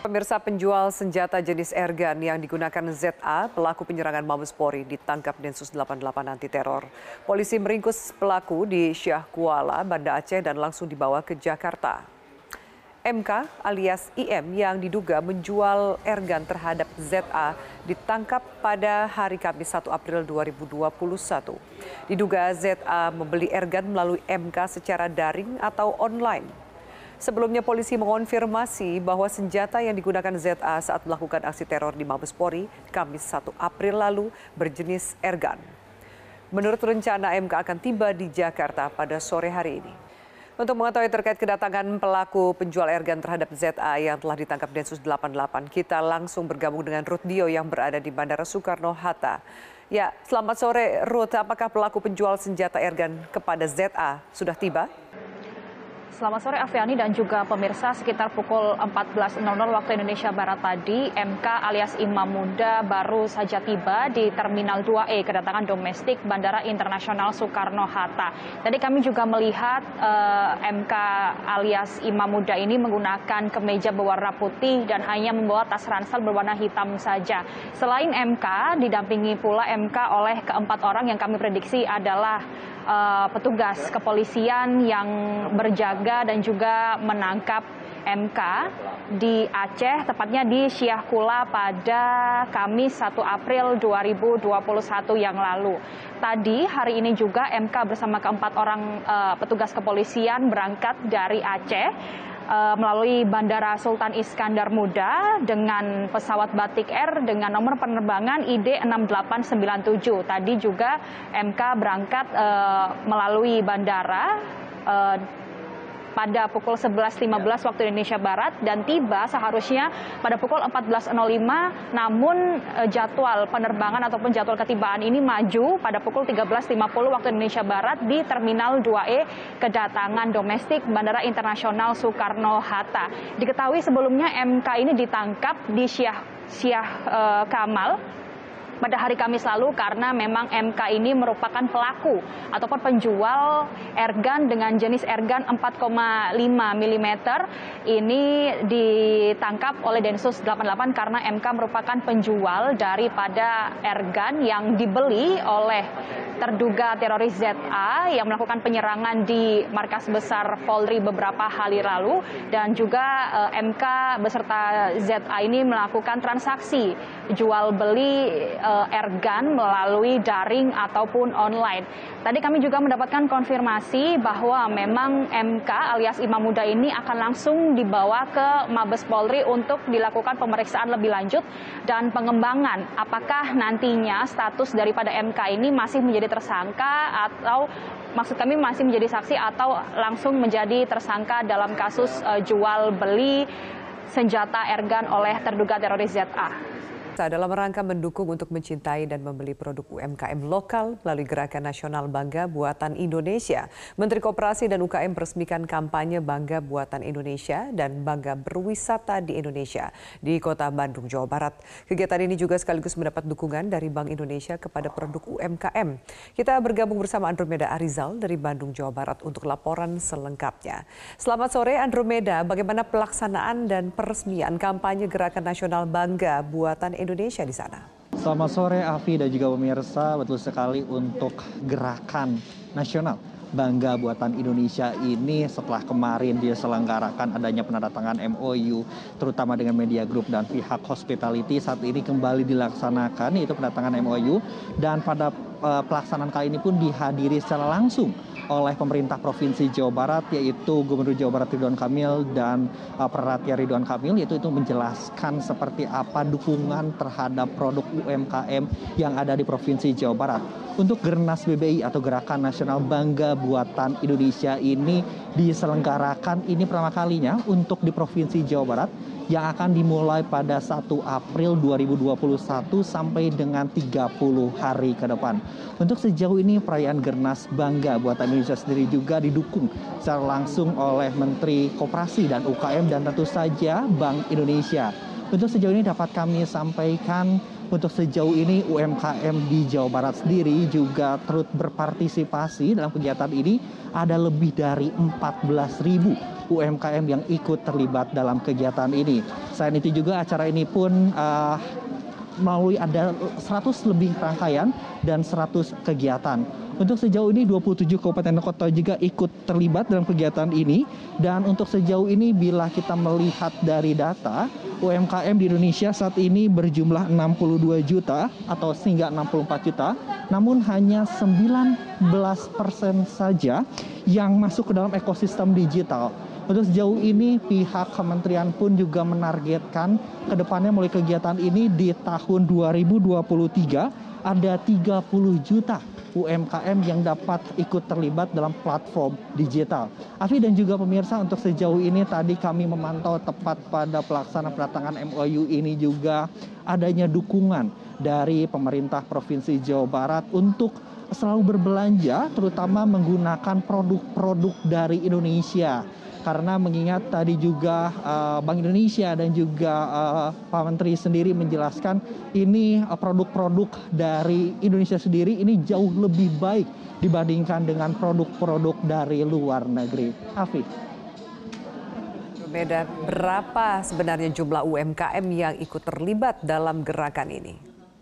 Pemirsa, penjual senjata jenis airgun yang digunakan ZA, pelaku penyerangan Mabes Polri, ditangkap Densus 88 anti teror. Polisi meringkus pelaku di Syah Kuala, Banda Aceh dan langsung dibawa ke Jakarta. MK alias IM yang diduga menjual airgun terhadap ZA ditangkap pada hari Kamis 1 April 2021. Diduga ZA membeli airgun melalui MK secara daring atau online. Sebelumnya polisi mengonfirmasi bahwa senjata yang digunakan ZA saat melakukan aksi teror di Mabes Polri Kamis 1 April lalu berjenis airgun. Menurut rencana MK akan tiba di Jakarta pada sore hari ini. Untuk mengetahui terkait kedatangan pelaku penjual airgun terhadap ZA yang telah ditangkap Densus 88, kita langsung bergabung dengan Ruth Dio yang berada di Bandara Soekarno-Hatta. Ya, selamat sore Ruth, apakah pelaku penjual senjata airgun kepada ZA sudah tiba? Selamat sore Afiani dan juga pemirsa, sekitar pukul 14.00 waktu Indonesia Barat tadi, MK alias Imam Muda baru saja tiba di Terminal 2E kedatangan domestik Bandara Internasional Soekarno-Hatta. Tadi kami juga melihat MK alias Imam Muda ini menggunakan kemeja berwarna putih dan hanya membawa tas ransel berwarna hitam saja. Selain MK, didampingi pula MK oleh keempat orang yang kami prediksi adalah petugas kepolisian yang berjaga dan juga menangkap MK di Aceh, tepatnya di Syah Kuala pada Kamis 1 April 2021 yang lalu. Tadi hari ini juga MK bersama keempat orang petugas kepolisian berangkat dari Aceh melalui Bandara Sultan Iskandar Muda dengan pesawat Batik Air dengan nomor penerbangan ID 6897. Tadi juga MK berangkat melalui bandara pada pukul 11.15 waktu Indonesia Barat dan tiba seharusnya pada pukul 14.05, namun jadwal penerbangan ataupun jadwal ketibaan ini maju pada pukul 13.50 waktu Indonesia Barat di Terminal 2E kedatangan domestik Bandara Internasional Soekarno-Hatta. Diketahui sebelumnya MK ini ditangkap di Syah Kamal pada hari Kamis lalu karena memang MK ini merupakan pelaku ataupun penjual airgun dengan jenis airgun 4,5 mm. Ini ditangkap oleh Densus 88 karena MK merupakan penjual daripada airgun yang dibeli oleh terduga teroris ZA yang melakukan penyerangan di markas besar Polri beberapa hari lalu, dan juga MK beserta ZA ini melakukan transaksi jual beli airgun melalui daring ataupun online. Tadi kami juga mendapatkan konfirmasi bahwa memang MK alias Imam Muda ini akan langsung dibawa ke Mabes Polri untuk dilakukan pemeriksaan lebih lanjut dan pengembangan apakah nantinya status daripada MK ini masih menjadi tersangka atau maksud kami masih menjadi saksi atau langsung menjadi tersangka dalam kasus jual beli senjata airgun oleh terduga teroris ZA. Dalam rangka mendukung untuk mencintai dan membeli produk UMKM lokal melalui Gerakan Nasional Bangga Buatan Indonesia, Menteri Koperasi dan UKM meresmikan kampanye Bangga Buatan Indonesia dan Bangga Berwisata di Indonesia di Kota Bandung, Jawa Barat. Kegiatan ini juga sekaligus mendapat dukungan dari Bank Indonesia kepada produk UMKM. Kita bergabung bersama Andromeda Arizal dari Bandung, Jawa Barat untuk laporan selengkapnya. Selamat sore Andromeda, bagaimana pelaksanaan dan peresmian kampanye Gerakan Nasional Bangga Buatan Indonesia di sana? Selamat sore Afi dan juga pemirsa, betul sekali untuk Gerakan Nasional Bangga Buatan Indonesia ini setelah kemarin diselenggarakan adanya penandatangan MOU terutama dengan Media Group dan pihak hospitality, saat ini kembali dilaksanakan yaitu penandatangan MOU, dan pada pelaksanaan kali ini pun dihadiri secara langsung oleh pemerintah Provinsi Jawa Barat, yaitu Gubernur Jawa Barat Ridwan Kamil dan Peratya Ridwan Kamil, yaitu itu menjelaskan seperti apa dukungan terhadap produk UMKM yang ada di Provinsi Jawa Barat. Untuk Gernas BBI atau Gerakan Nasional Bangga Buatan Indonesia ini diselenggarakan ini pertama kalinya untuk di Provinsi Jawa Barat, yang akan dimulai pada 1 April 2021 sampai dengan 30 hari ke depan. Untuk sejauh ini perayaan Gernas Bangga Buatan Indonesia sendiri juga didukung secara langsung oleh Menteri Koperasi dan UKM dan tentu saja Bank Indonesia. Untuk sejauh ini dapat kami sampaikan untuk sejauh ini UMKM di Jawa Barat sendiri juga turut berpartisipasi dalam kegiatan ini. Ada lebih dari 14.000 UMKM yang ikut terlibat dalam kegiatan ini. Selain itu juga acara ini pun melalui ada 100 lebih rangkaian dan 100 kegiatan. Untuk sejauh ini 27 kabupaten dan kota juga ikut terlibat dalam kegiatan ini. Dan untuk sejauh ini bila kita melihat dari data, UMKM di Indonesia saat ini berjumlah 62 juta atau hingga 64 juta. Namun hanya 19% saja yang masuk ke dalam ekosistem digital. Untuk sejauh ini pihak kementerian pun juga menargetkan ke depannya mulai kegiatan ini di tahun 2023 ada 30 juta UMKM yang dapat ikut terlibat dalam platform digital. Afi dan juga pemirsa, untuk sejauh ini tadi kami memantau tepat pada pelaksanaan penandatangan MOU ini juga adanya dukungan dari pemerintah Provinsi Jawa Barat untuk selalu berbelanja terutama menggunakan produk-produk dari Indonesia. Karena mengingat tadi juga Bank Indonesia dan juga Pak Menteri sendiri menjelaskan ini produk-produk dari Indonesia sendiri ini jauh lebih baik dibandingkan dengan produk-produk dari luar negeri. Afi. Beda berapa sebenarnya jumlah UMKM yang ikut terlibat dalam gerakan ini?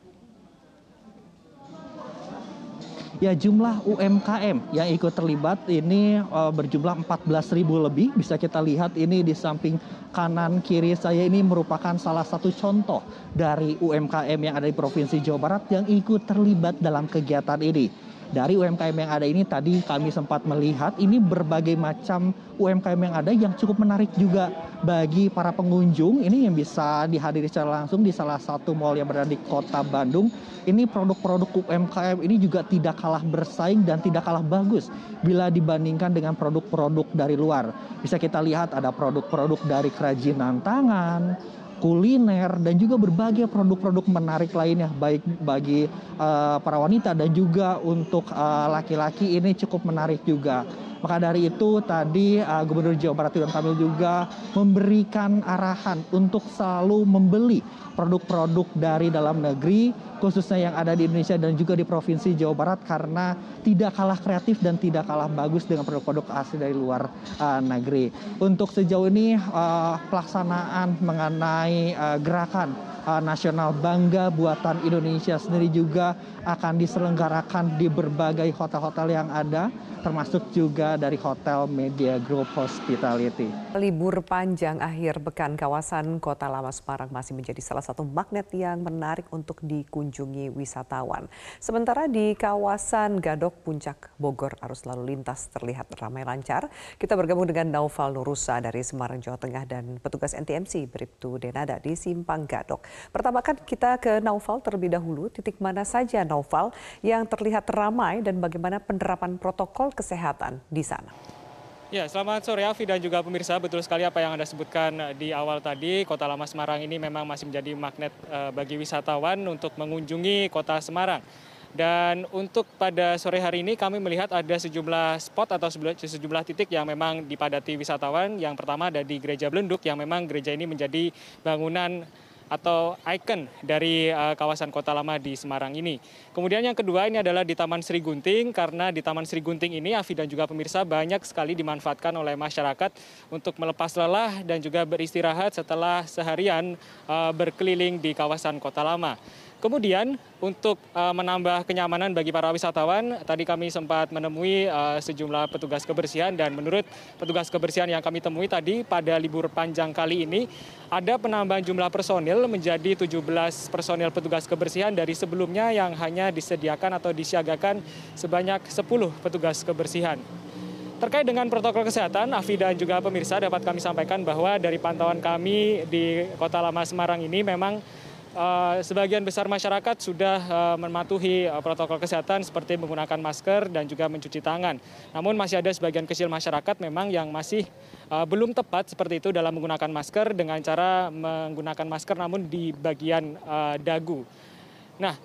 Ya, jumlah UMKM yang ikut terlibat ini berjumlah 14.000 lebih. Bisa kita lihat ini di samping kanan kiri saya ini merupakan salah satu contoh dari UMKM yang ada di Provinsi Jawa Barat yang ikut terlibat dalam kegiatan ini. Dari UMKM yang ada ini tadi kami sempat melihat ini berbagai macam UMKM yang ada yang cukup menarik juga bagi para pengunjung ini yang bisa dihadiri secara langsung di salah satu mal yang berada di Kota Bandung. Ini produk-produk UMKM ini juga tidak kalah bersaing dan tidak kalah bagus bila dibandingkan dengan produk-produk dari luar. Bisa kita lihat ada produk-produk dari kerajinan tangan, kuliner, dan juga berbagai produk-produk menarik lainnya baik bagi para wanita dan juga untuk laki-laki ini cukup menarik juga. Maka dari itu tadi Gubernur Jawa Barat Ridwan Kamil juga memberikan arahan untuk selalu membeli produk-produk dari dalam negeri khususnya yang ada di Indonesia dan juga di Provinsi Jawa Barat karena tidak kalah kreatif dan tidak kalah bagus dengan produk-produk asli dari luar negeri. Untuk sejauh ini pelaksanaan mengenai gerakan nasional Bangga Buatan Indonesia sendiri juga akan diselenggarakan di berbagai hotel-hotel yang ada, termasuk juga dari Hotel Media Group Hospitality. Libur panjang akhir pekan kawasan Kota Lama Semarang masih menjadi salah satu magnet yang menarik untuk dikunjungi wisatawan. Sementara di kawasan Gadok Puncak Bogor arus lalu lintas terlihat ramai lancar. Kita bergabung dengan Naufal Nurusa dari Semarang, Jawa Tengah dan petugas NTMC Bribtu Denada di Simpang Gadok. Pertama kan kita ke Naufal terlebih dahulu. Titik mana saja Naufal yang terlihat ramai dan bagaimana penerapan protokol kesehatan di sana? Ya, selamat sore Afi dan juga pemirsa. Betul sekali apa yang Anda sebutkan di awal tadi. Kota Lama Semarang ini memang masih menjadi magnet bagi wisatawan untuk mengunjungi Kota Semarang. Dan untuk pada sore hari ini kami melihat ada sejumlah spot atau sejumlah titik yang memang dipadati wisatawan. Yang pertama ada di Gereja Belenduk yang memang gereja ini menjadi bangunan atau ikon dari kawasan Kota Lama di Semarang ini. Kemudian yang kedua ini adalah di Taman Sri Gunting, karena di Taman Sri Gunting ini Afi dan juga pemirsa banyak sekali dimanfaatkan oleh masyarakat untuk melepas lelah dan juga beristirahat setelah seharian berkeliling di kawasan Kota Lama. Kemudian untuk menambah kenyamanan bagi para wisatawan, tadi kami sempat menemui sejumlah petugas kebersihan dan menurut petugas kebersihan yang kami temui tadi pada libur panjang kali ini ada penambahan jumlah personil menjadi 17 personil petugas kebersihan dari sebelumnya yang hanya disediakan atau disiagakan sebanyak 10 petugas kebersihan. Terkait dengan protokol kesehatan, Afi dan juga pemirsa dapat kami sampaikan bahwa dari pantauan kami di Kota Lama Semarang ini memang sebagian besar masyarakat sudah mematuhi protokol kesehatan seperti menggunakan masker dan juga mencuci tangan. Namun masih ada sebagian kecil masyarakat memang yang masih belum tepat seperti itu dalam menggunakan masker dengan cara menggunakan masker namun di bagian dagu. Nah,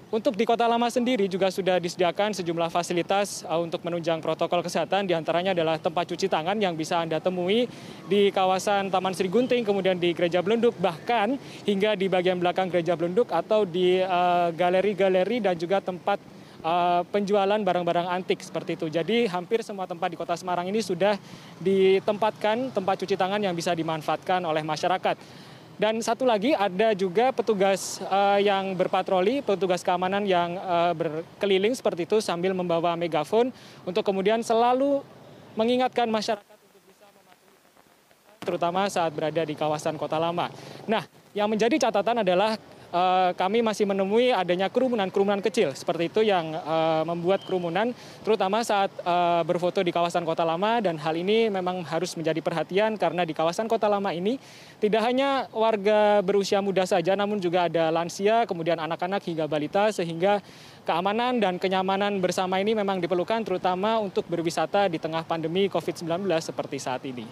Untuk di Kota Lama sendiri juga sudah disediakan sejumlah fasilitas untuk menunjang protokol kesehatan, diantaranya adalah tempat cuci tangan yang bisa Anda temui di kawasan Taman Sri Gunting, kemudian di Gereja Belenduk, bahkan hingga di bagian belakang Gereja Belenduk atau di galeri-galeri dan juga tempat penjualan barang-barang antik seperti itu. Jadi hampir semua tempat di Kota Semarang ini sudah ditempatkan tempat cuci tangan yang bisa dimanfaatkan oleh masyarakat. Dan satu lagi ada juga petugas yang berpatroli, petugas keamanan yang berkeliling seperti itu sambil membawa megafon untuk kemudian selalu mengingatkan masyarakat untuk bisa mematuhi terutama saat berada di kawasan Kota Lama. Nah, yang menjadi catatan adalah kami masih menemui adanya kerumunan kecil seperti itu yang membuat kerumunan terutama saat berfoto di kawasan Kota Lama, dan hal ini memang harus menjadi perhatian karena di kawasan Kota Lama ini tidak hanya warga berusia muda saja namun juga ada lansia, kemudian anak-anak hingga balita, sehingga keamanan dan kenyamanan bersama ini memang diperlukan terutama untuk berwisata di tengah pandemi COVID-19 seperti saat ini.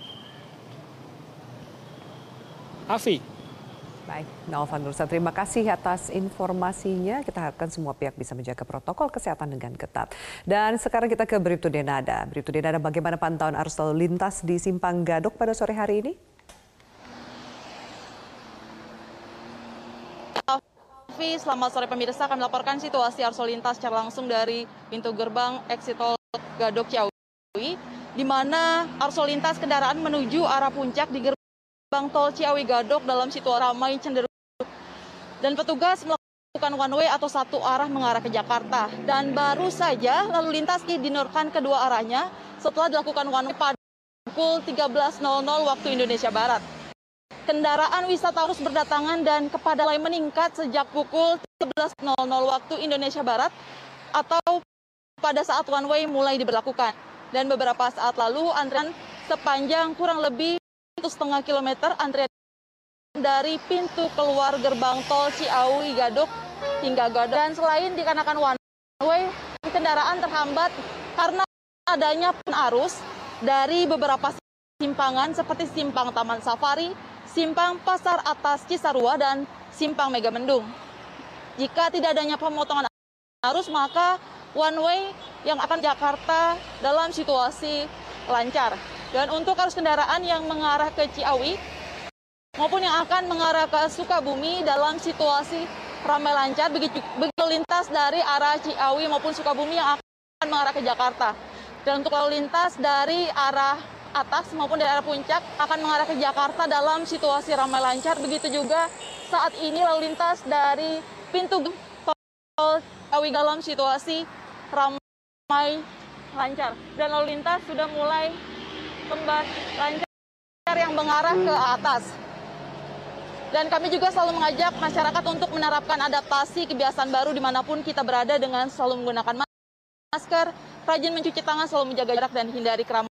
Afi. Baik, Naufal Nursa, terima kasih atas informasinya. Kita harapkan semua pihak bisa menjaga protokol kesehatan dengan ketat. Dan sekarang kita ke Bribtu Denada. Bribtu Denada, bagaimana pantauan arus lalu lintas di Simpang Gadok pada sore hari ini? Selamat sore pemirsa, kami melaporkan situasi arus lalu lintas secara langsung dari pintu gerbang exit tol Gadok Ciawi, di mana arus lalu lintas kendaraan menuju arah puncak di gerbang tol Ciawi Gadok dalam situasi ramai cenderung, dan petugas melakukan one way atau satu arah mengarah ke Jakarta, dan baru saja lalu lintas dinormalkan kedua arahnya setelah dilakukan one way pada pukul 13.00 waktu Indonesia Barat. Kendaraan wisata terus berdatangan dan kepadatan mulai meningkat sejak pukul 13.00 waktu Indonesia Barat atau pada saat one way mulai diberlakukan. Dan beberapa saat lalu antrian sepanjang kurang lebih 1,5 kilometer antrian dari pintu keluar gerbang tol Ciawi Gadok hingga Gadok. Dan selain dikarenakan one way, kendaraan terhambat karena adanya arus dari beberapa simpangan seperti simpang Taman Safari, simpang Pasar Atas Cisarua, dan simpang Megamendung. Jika tidak adanya pemotongan arus, maka one way yang akan Jakarta dalam situasi lancar. Dan untuk arus kendaraan yang mengarah ke Ciawi maupun yang akan mengarah ke Sukabumi dalam situasi ramai lancar, begitu lintas dari arah Ciawi maupun Sukabumi yang akan mengarah ke Jakarta. Dan untuk lalu lintas dari arah atas maupun dari arah puncak akan mengarah ke Jakarta dalam situasi ramai lancar. Begitu juga saat ini lalu lintas dari pintu tol Ciawi dalam situasi ramai lancar. Dan lalu lintas sudah mulai kembali lancar yang mengarah ke atas. Dan kami juga selalu mengajak masyarakat untuk menerapkan adaptasi kebiasaan baru dimanapun kita berada dengan selalu menggunakan masker, rajin mencuci tangan, selalu menjaga jarak, dan hindari keramaian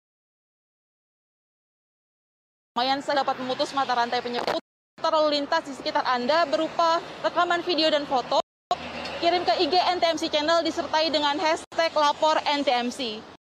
dapat memutus mata rantai penyebaran lalu lintas di sekitar Anda berupa rekaman video dan foto. Kirim ke IG NTMC Channel disertai dengan hashtag lapor NTMC.